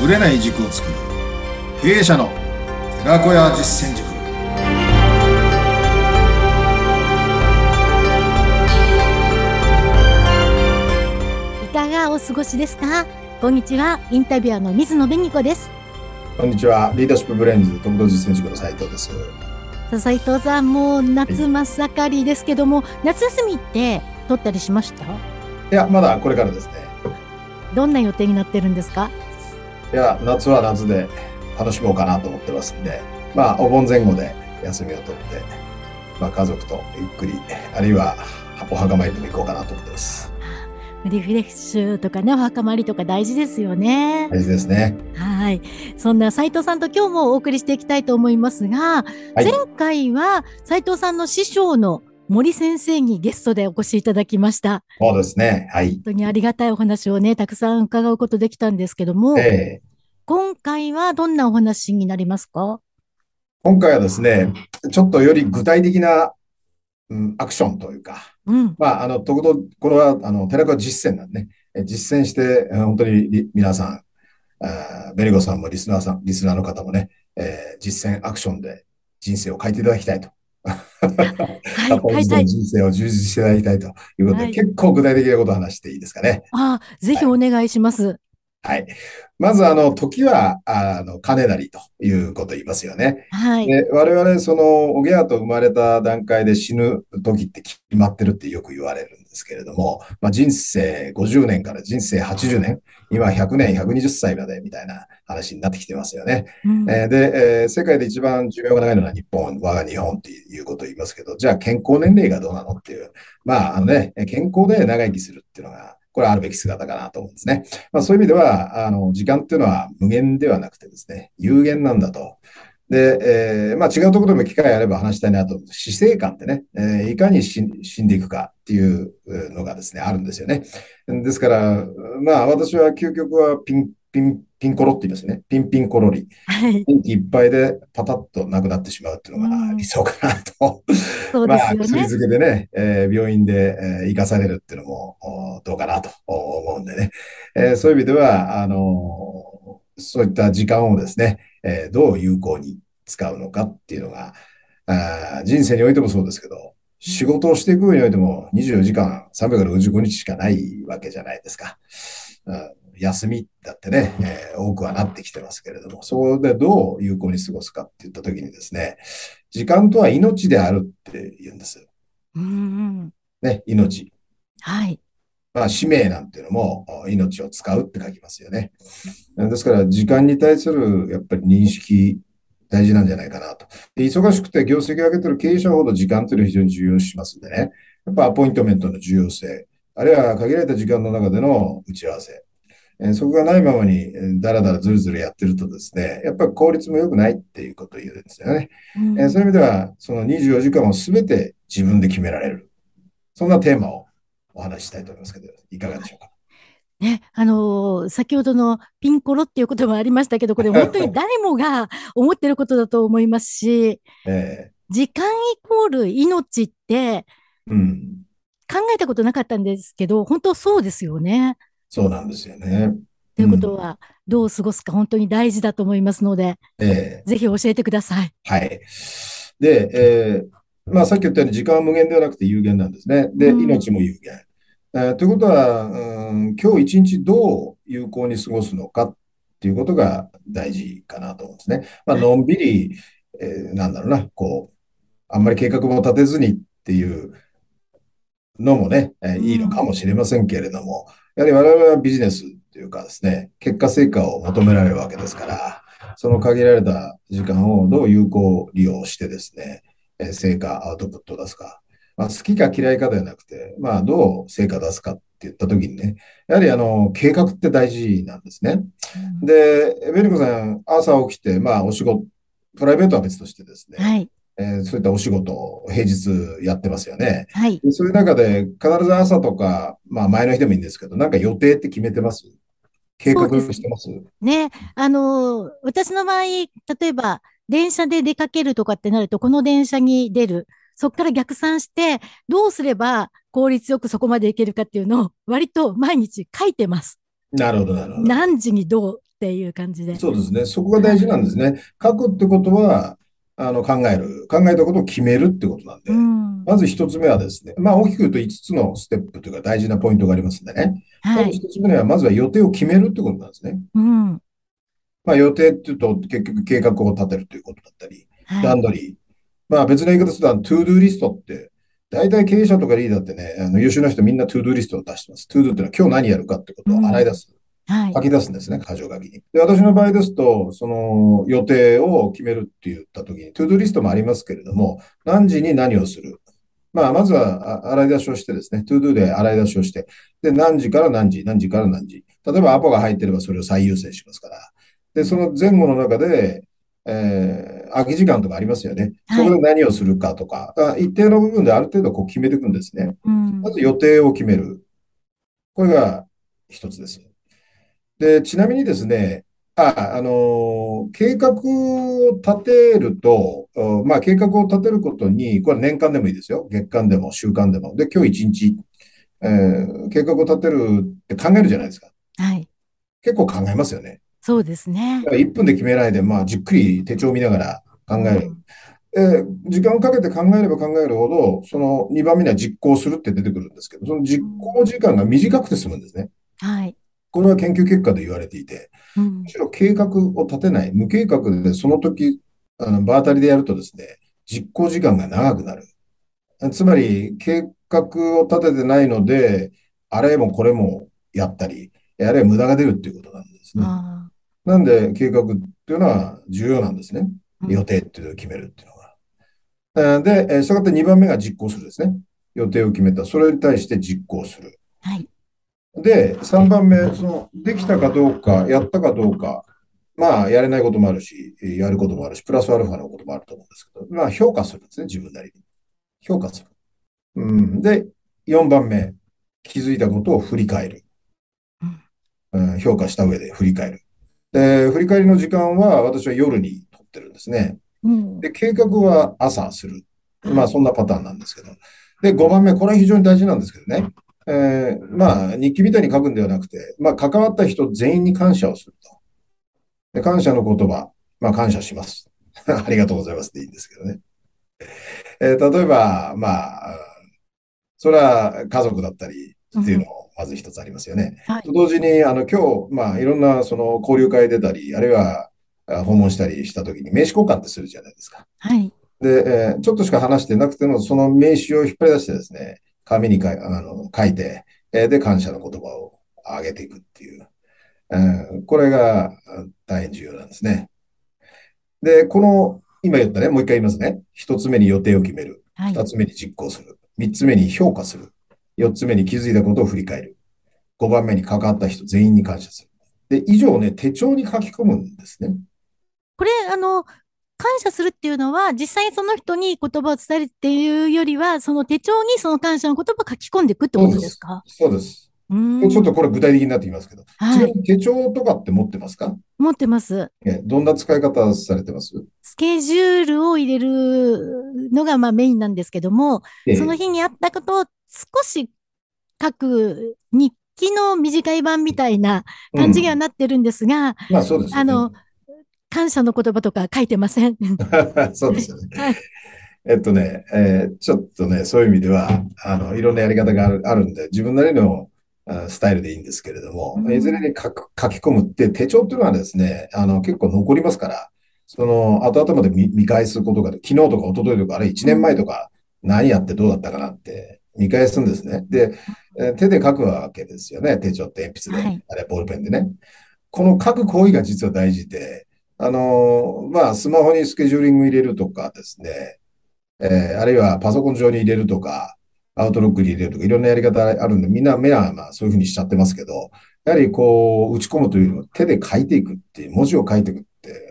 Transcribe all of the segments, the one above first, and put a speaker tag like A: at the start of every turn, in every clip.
A: ぶれない軸を作る経営者の寺子屋実践塾。
B: いかがお過ごしですか？こんにちは、インタビュアーの水野紅子です。
A: こんにちは、リーダーシップブレインズトップ実践塾の斉藤です。
B: 斉藤さん、もう夏真っ盛りですけども、夏休みって取ったりしました？
A: いや、まだこれからですね。
B: どんな予定になってるんですか？
A: いや、夏は夏で楽しもうかなと思ってますんで、お盆前後で休みを取って、家族とゆっくり、あるいはお墓参りでも行こうかなと思ってます。
B: リフレッシュとかね、お墓参りとか大事ですよね。
A: 大事ですね。
B: はい。そんな斉藤さんと今日もお送りしていきたいと思いますが、
A: はい。
B: 前回は斉藤さんの師匠の森先生にゲストでお越しいただきました。
A: そうですね。はい。
B: 本当にありがたいお話をね、たくさん伺うことできたんですけども、
A: えー
B: 今回はどんなお話になりますか？
A: 今回はですね、ちょっとより具体的な、アクションというか、
B: うん。
A: とことん、これは、寺子屋実践なんでね、実践して、本当に皆さん、ベリゴさんもリスナーの方もね、実践アクションで人生を変えていただきたいと。
B: はい、
A: 片一度の
B: 買いたい。
A: 人生を充実していただきたいということで、
B: はい。
A: 結構具体的なことを話していいですかね。
B: ぜひお願いします。
A: はい。まず、時は、金なりということを言いますよね。
B: はい。
A: で、我々、おぎゃーと生まれた段階で死ぬ時って決まってるってよく言われるんですけれども、人生50年から人生80年、今100年、120歳までみたいな話になってきてますよね。
B: うん。
A: 世界で一番寿命が長いのは我が日本っていうことを言いますけど、じゃあ健康年齢がどうなのっていう、健康で長生きするっていうのが、これはあるべき姿かなと思うんですね。そういう意味では、時間っていうのは無限ではなくてですね、有限なんだと。で、違うところでも機会あれば話したいなと思って、死生観ってね、いかに死んでいくかっていうのがですね、あるんですよね。ですから、私は究極はピンコロって言いますね。ピンピンコロリ。
B: はい。
A: 元気いっぱいでパタッとなくなってしまうっていうのが理
B: うん。
A: 想かなと。
B: そうですよ
A: 薬
B: ね。
A: 漬けでね、病院で、生かされるっていうのもどうかなと思うんでね。そういう意味では、そういった時間をですね、どう有効に使うのかっていうのが、人生においてもそうですけど、
B: うん。
A: 仕事をしていく上においても24時間365日しかないわけじゃないですか。休みだってね、多くはなってきてますけれども、そこでどう有効に過ごすかって言ったときにですね、時間とは命であるって言うんです。
B: うん。
A: ね、命。
B: はい。
A: 使命なんていうのも命を使うって書きますよね。ですから、時間に対するやっぱり認識、大事なんじゃないかなと。で、忙しくて業績を上げてる経営者ほど時間というのは非常に重要視しますんでね。やっぱアポイントメントの重要性、あるいは限られた時間の中での打ち合わせ、そこがないままにだらだらずるずるやってるとですね、やっぱり効率も良くないっていうことを言うんですよね。
B: うん。
A: そういう意味では、その24時間をすべて自分で決められる。そんなテーマをお話ししたいと思いますけど、いかがでしょうか。
B: ね、先ほどのピンコロっていうこともありましたけど、これ本当に誰もが思ってることだと思いますし、
A: え
B: 時間イコール命って
A: うん、
B: 考えたことなかったんですけど、本当そうですよね。
A: そうなんですよね。
B: という
A: うん、
B: ことは、どう過ごすか本当に大事だと思いますので、
A: え
B: ぜひ教えてください。
A: はい。で、さっき言ったように時間は無限ではなくて有限なんですね。で、
B: うん。
A: 命も有限。ということは、今日一日どう有効に過ごすのかっていうことが大事かなと思うんですね。
B: はい。
A: のんびり、なんだろうな、あんまり計画も立てずにっていうのもね、いいの
B: うん。
A: かもしれませんけれども、やはり我々はビジネスというかですね、結果成果を求められるわけですから、その限られた時間をどう有効利用してですね、成果、アウトプットを出すか。好きか嫌いかではなくて、どう成果出すかって言ったときにね、やはり計画って大事なんですね。
B: うん。
A: で、ベリコさん、朝起きて、お仕事、プライベートは別としてですね、
B: はい。
A: そういったお仕事を平日やってますよね。
B: はい。
A: でそういう中で、必ず朝とか、前の日でもいいんですけど、なんか予定って決めてます？計画
B: そうです
A: してます？
B: ね。私の場合、例えば、電車で出かけるとかってなると、この電車に出る。そこから逆算して、どうすれば効率よくそこまで行けるかっていうのを、割と毎日書いてます。
A: なるほど、なるほど。
B: 何時にどう。 っていう感じで。
A: そうですね。そこが大事
B: はい。
A: なんですね。書くってことは、考える。考えたことを決めるってことなん
B: う
A: で。
B: ん。
A: まず一つ目はですね、まあ大きく言うと5つのステップというか大事なポイントがありますんでね。まず
B: はい。
A: 一つ目は、まずは予定を決めるってことなんですね。
B: うん。
A: まあ予定っていうと結局計画を立てるということだったり、
B: はい。
A: 段取り。まあ別の言い方すると、トゥードゥーリストって、大体経営者とかリーダーってね、優秀な人みんなトゥードゥーリストを出してます。トゥードゥっていうのは今日何やるかってことを洗い
B: うん。
A: 出す。
B: はい。
A: 書き出すんですね、箇条書きに。で、私の場合ですと、その予定を決めるって言ったときに、トゥードゥリストもありますけれども、何時に何をする。まあ、まずは洗い出しをしてですね、トゥードゥで洗い出しをして、で、何時から何時、何時から何時。例えばアポが入っていればそれを最優先しますから。で、その前後の中で、空き時間とかありますよね。そ
B: はい。
A: こで何をするかとか、一定の部分である程度こう決めていくんですね。
B: うん。
A: まず予定を決める。これが一つです。で、ちなみにですね、計画を立てると、まあ、計画を立てることに、これ年間でもいいですよ。月間でも週間でも。で、今日一日、計画を立てるって考えるじゃないですか。
B: はい。
A: 結構考えますよね。
B: そうですね。
A: 1分で決めないで、まあ、じっくり手帳を見ながら考える。
B: うん。
A: 時間をかけて考えれば考えるほど、その2番目には実行するって出てくるんですけど、その実
B: うん。
A: 行時間が短くて済むんですね。
B: はい。
A: これは研究結果で言われていて、
B: うん。
A: むしろ計画を立てない、無計画でその時、場当たりでやるとですね、実行時間が長くなる。つまり、計画を立ててないので、あれもこれもやったり、あれは無駄が出るっていうことなんですね。
B: ああ。
A: なんで、計画っていうのは重要なんですね。
B: うん。
A: 予定っていうのを決めるっていうのが。で、したがって2番目が実行するですね。予定を決めた。それに対して実行する。
B: はい。
A: で、3番目、その、できたかどうか、やったかどうか、まあ、やれないこともあるし、やることもあるし、プラスアルファのこともあると思うんですけど、まあ、評価するんですね、自分なりに。評価する。うん、で、4番目、気づいたことを振り返る。
B: うん。
A: 評価した上で振り返る。で、振り返りの時間は、私は夜に取ってるんですね。
B: うん。
A: で、計画は朝する。まあ、
B: はい。
A: そんなパターンなんですけど。で、5番目、これは非常に大事なんですけどね。まあ、日記みたいに書くんではなくて、まあ、関わった人全員に感謝をすると。で、感謝の言葉、まあ、感謝します。ありがとうございますでいいんですけどね。例えば、まあ、それは家族だったりっていうの
B: うん。
A: もまず一つありますよね。
B: はい。
A: と同時に、今日、まあ、いろんなその交流会出たり、あるいは訪問したりしたときに名刺交換ってするじゃないですか。
B: はい。
A: で、ちょっとしか話してなくても、その名刺を引っ張り出してですね、紙に書いて、で、感謝の言葉をあげていくっていう。これが大変重要なんですね。で、今言ったね、もう一回言いますね。一つ目に予定を決める。
B: はい。
A: 二つ目に実行する。三つ目に評価する。四つ目に気づいたことを振り返る。五番目に関わった人全員に感謝する。で、以上ね、手帳に書き込むんですね。
B: これ、感謝するっていうのは、実際その人に言葉を伝えるっていうよりは、その手帳にその感謝の言葉を書き込んでいくってこ
A: そうです。
B: とですか？
A: そうです。
B: うー
A: ちょっと
B: ん。
A: これ具体的になってきますけど。ち
B: はい。
A: なみに手帳とかって持ってますか？
B: 持ってます。
A: どんな使い方されてます？
B: スケジュールを入れるのがまあメインなんですけども、その
A: ええ。
B: 日にあったことを少し書く日記の短い版みたいな感じには
A: うん。
B: なってるんですが、
A: まあそうですよね。
B: あの、感謝の言葉とか書いてません。
A: そう
B: はい。
A: ですよね。
B: はい。
A: ちょっとね、そういう意味では、いろんなやり方があるんで、自分なりのスタイルでいいんですけれど
B: う
A: も、いずれ
B: ん。
A: に書き込むって手帳っていうのはですね、結構残りますから、その、後々まで見返すことが、昨日とか一昨日とか、あれ1年前
B: うん。
A: とか、何やってどうだったかなって見返すんですね。で、手で書くわけですよね。手帳って鉛筆で、
B: はい。
A: あれボールペンでね。この書く行為が実は大事で、まあ、スマホにスケジューリング入れるとかですね、あるいはパソコン上に入れるとか、アウトロックに入れるとか、いろんなやり方あるんで、みんな目はまあそういうふうにしちゃってますけど、やはりこう、打ち込むというのは手で書いていくっていう、文字を書いていくって、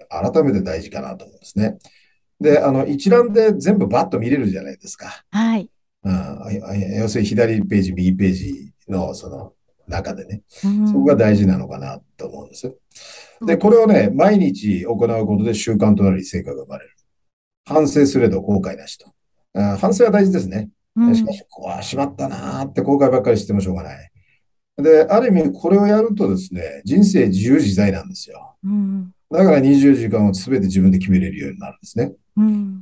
A: 改めて大事かなと思うんですね。で、一覧で全部バッと見れるじゃないですか。
B: はい。
A: うん、要するに左ページ、右ページのその中でね、
B: う
A: そこが
B: ん。
A: 大事なのかなと思うんです。で、
B: そうです。
A: これをね、毎日行うことで習慣となり成果が生まれる。反省すれど後悔なしと。反省は大事ですね。
B: うん。
A: しかし、ここはしまったなーって後悔ばっかりしてもしょうがない。 で、ある意味これをやるとですね、人生自由自在なんですよ。
B: うん。
A: だから24時間を全て自分で決めれるようになるんですね。
B: うん。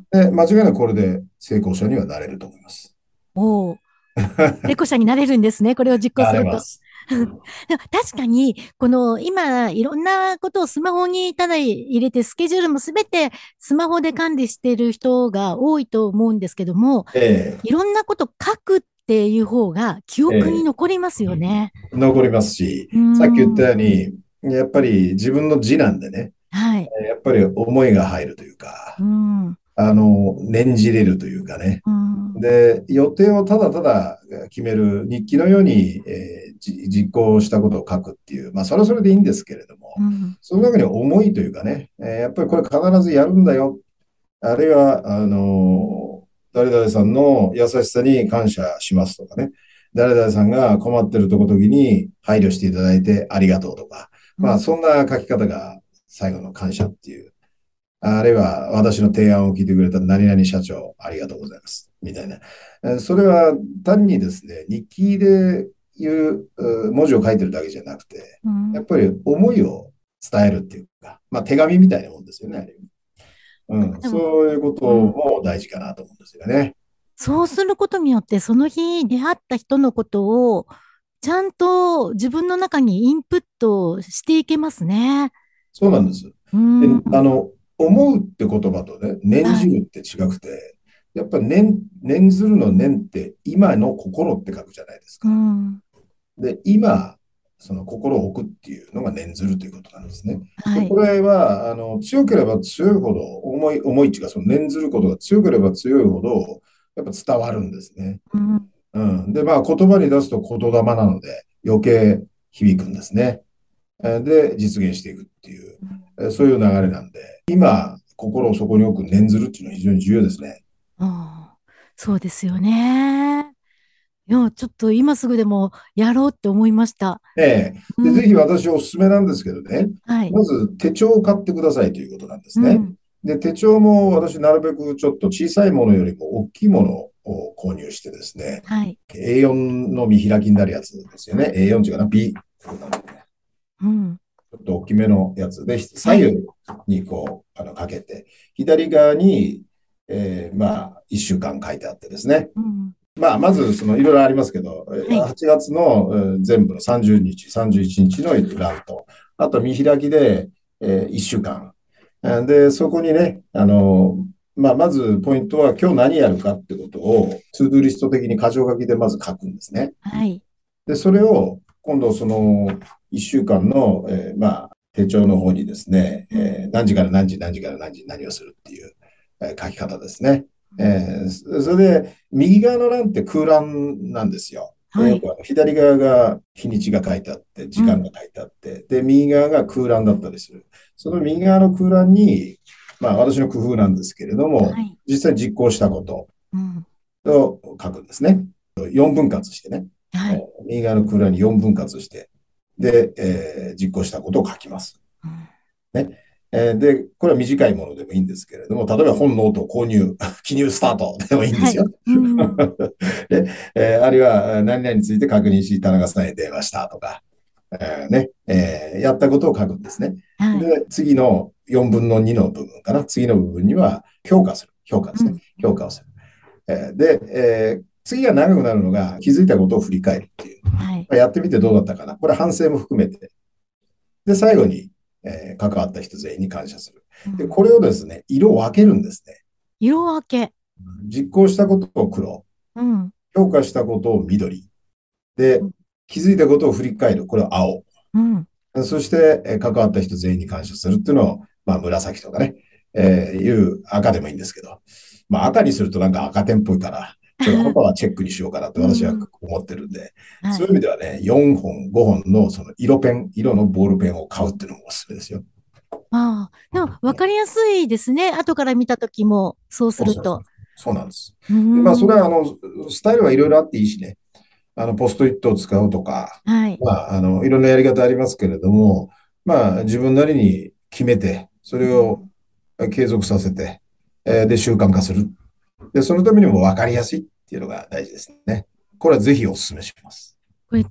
A: で、間違いなくこれで成功者にはなれると思います。
B: おお、成功者になれるんですね。これを実行すると。
A: なれます。
B: でも確かに、この今、いろんなことをスマホにただ入れて、スケジュールもすべてスマホで管理している人が多いと思うんですけども、
A: え
B: いろんなこと書くっていう方が記
A: え、
B: 憶に
A: え
B: 残りますよね。
A: え、残りますし、
B: うー
A: さっき言った
B: ん。
A: ように、やっぱり自分の字なんでね、
B: はい。
A: やっぱり思いが入るという
B: うー
A: か、
B: ん。う
A: 念じれるというかね。
B: ーん。
A: で、予定をただただ決める日記のように、実行したことを書くっていう、まあ、それはそれでいいんですけれども、
B: うん。
A: その中に思いというかね、やっぱりこれ必ずやるんだよ。あるいは、誰々さんの優しさに感謝しますとかね。誰々さんが困ってる時に配慮していただいてありがとうとか。まあ、
B: うん。
A: そんな書き方が最後の感謝っていう。あるいは、私の提案を聞いてくれた何々社長、ありがとうございます。みたいな。それは単にですね、日記でいう文字を書いてるだけじゃなくて、
B: うん。
A: やっぱり思いを伝えるっていうか、まあ手紙みたいなもんですよね、ある意味。うん、
B: でも、
A: そういうこと
B: うん。
A: も大事かなと思うんですよね。
B: そうすることによって、その日出会った人のことを、ちゃんと自分の中にインプットしていけますね。
A: そうなんです。
B: う
A: で、
B: ん。
A: 思うって言葉とね、念
B: はい。
A: じるって違くて、やっぱ念ずるの念って今の心って書くじゃないです
B: う
A: か。
B: ん。
A: で、今、その心を置くっていうのが念ずるということなんですね。で、
B: はい。
A: これは、強ければ強いほど、思いっていうか、その念ずることが強ければ強いほど、やっぱ伝わるんですね。
B: うん。
A: うん。で、まあ、言葉に出すと言霊なので、余計響くんですね。で、実現していくっていう、そういう流れなんで、今、心をそこに置く念ずるっていうのは非常に重要ですね。
B: ああ、そうですよね。いや、ちょっと今すぐでもやろうって思いました。
A: で、ぜひ
B: うん。
A: 私おすすめなんですけどね、
B: はい。
A: まず手帳を買ってくださいということなんですね。
B: うん。
A: で、手帳も私なるべくちょっと小さいものよりも大きいものを購入してですね、
B: はい。
A: A4 の見開きになるやつですよね。A4 っていうかな、
B: うん。
A: ちょっと大きめのやつで、左
B: はい。
A: 右にかけて、左側に、まあ、1週間書いてあってですね。
B: うん。
A: まあ、まず、いろいろありますけど、
B: はい。
A: 8月の全部の30日、31日の欄と、あと見開きで、1週間。で、そこにね、まあ、まずポイントは今日何やるかってことを、トゥードゥリスト的に箇条書きでまず書くんですね。
B: はい。
A: で、それを今度その1週間の、まあ、手帳の方にですね、
B: うん。
A: 何時から何時、何時から何時、何をするっていう、書き方ですね。それで、右側の欄って空欄なんですよ。
B: はい。
A: よく左側が日にちが書いてあって、時間が
B: うん。
A: 書いてあって、で、右側が空欄だったりする。その右側の空欄に、まあ私の工夫なんですけれども、
B: はい。
A: 実際実行したこと
B: うん。
A: を書くんですね。4分割してね。
B: はい。
A: 右側の空欄に4分割して、で、実行したことを書きます。
B: うん。
A: ね。で、これは短いものでもいいんですけれども、例えば本ノートを購入、記入スタートでもいいんで
B: はい。
A: すよ。
B: うん。
A: で、あるいは何々について確認し、田中さんへ電話したとか、やったことを書くんですね。
B: はい。
A: で、次の4分の2の部分かな。次の部分には評価する。評価ですね。
B: うん。
A: 評価をする。で、次が長くなるのが気づいたことを振り返るっていう。
B: はい。
A: やってみてどうだったかな。これ反省も含めて。で、最後に、関わった人全員に感謝する。で、
B: うん。
A: これをですね、色を分けるんですね。
B: 色分け。
A: 実行したことを黒、
B: うん。
A: 評価したことを緑。で、気づいたことを振り返る。これは青。
B: うん。
A: そして、関わった人全員に感謝するっていうのを、まあ、紫とかね、いう赤でもいいんですけど、まあ、赤にするとなんか赤点っぽいから、ちょっと赤はチェックにしようかなって私は
B: うん。
A: 思ってるんで、
B: はい。
A: そういう意味ではね、4本、5本のその色のボールペンを買うっていうのもおすすめですよ。
B: ああ、でも分かりやすいですね。後から見たときも、そうす
A: そうそうそう。
B: ると。
A: そうなんです。
B: うー
A: で、まあ、それは
B: ん。
A: スタイルはいろいろあっていいしね、ポストイットを使うとか、
B: はい。
A: まあ、いろんなやり方ありますけれども、まあ、自分なりに決めて、それを
B: うん。
A: 継続させて、で、習慣化する。で、そのためにも分かりやすいっていうのが大事ですね。これはぜひお勧めします。
B: これ、確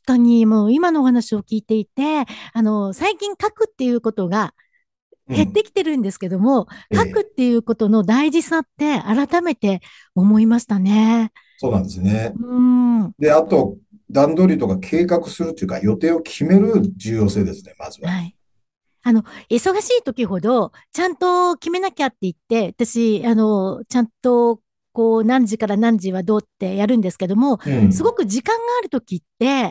B: かにもう今のお話を聞いていて、最近書くっていうことが減って
A: うん。
B: きてるんですけども、書くっ
A: ええ、
B: ていうことの大事さって改めて思いましたね。
A: そうなんですね。
B: うん。は
A: で、あと、段取りとか計画するというか、予定を決める重要性ですね、まずは。
B: い。忙しい時ほど、ちゃんと決めなきゃって言って、私、ちゃんと、こう、何時から何時はどうってやるんですけども、す
A: うん。
B: ごく時間がある時って、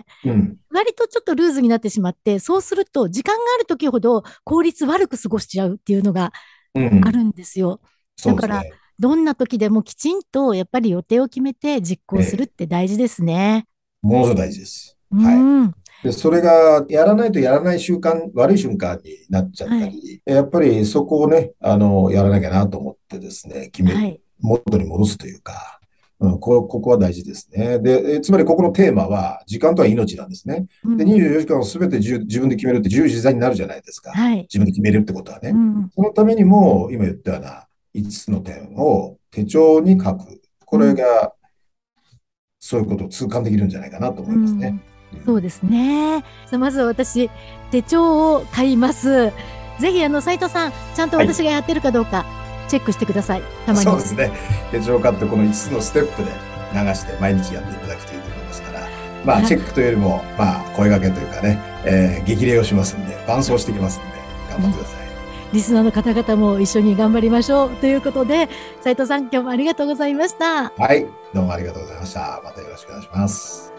A: うん。
B: 割とちょっとルーズになってしまって、そうすると、時間がある時ほど効率悪く過ごしちゃうっていうのが
A: うん。
B: あるんですよ。だから、
A: そうですね。
B: どんな時でもきちんと、やっぱり予定を決めて実行するっ
A: ええ、
B: て大事ですね。
A: ものすごく大事です。
B: う
A: はい。
B: ん。
A: で、それがやらないとやらない習慣、悪い習慣になっちゃっ
B: はい。
A: たり、やっぱりそこをね、やらなきゃなと思ってですね、
B: はい。
A: 元に戻すというか、ここは大事ですね。で、つまりここのテーマは、時間とは命なんですね。で、
B: うん。
A: 24時間をすべて自分で決めるって自由自在になるじゃないですか。
B: はい。
A: 自分で決めるってことはね。
B: うん。
A: そのためにも、今言ったような5つの点を手帳に書く。これ
B: うん。
A: が、そういうことを痛感できるんじゃないかなと思いますね。
B: うん。
A: うん、
B: そうですね。さあまずは私、手帳を買います。ぜひ、斉藤さん、ちゃんと
A: はい。
B: 私がやってるかどうか、チェックしてください。たまに。
A: そうですね。手帳を買ってこの5つのステップで流して毎日やっていただくといいと思いますから、まあ、
B: はい。
A: チェックというよりも、まあ、声掛けというかね、激励をしますんで、伴走してきますんで、頑張ってください。
B: リスナーの方々も一緒に頑張りましょう。ということで、斉藤さん、今日もありがとうございました。
A: はい。どうもありがとうございました。またよろしくお願いします。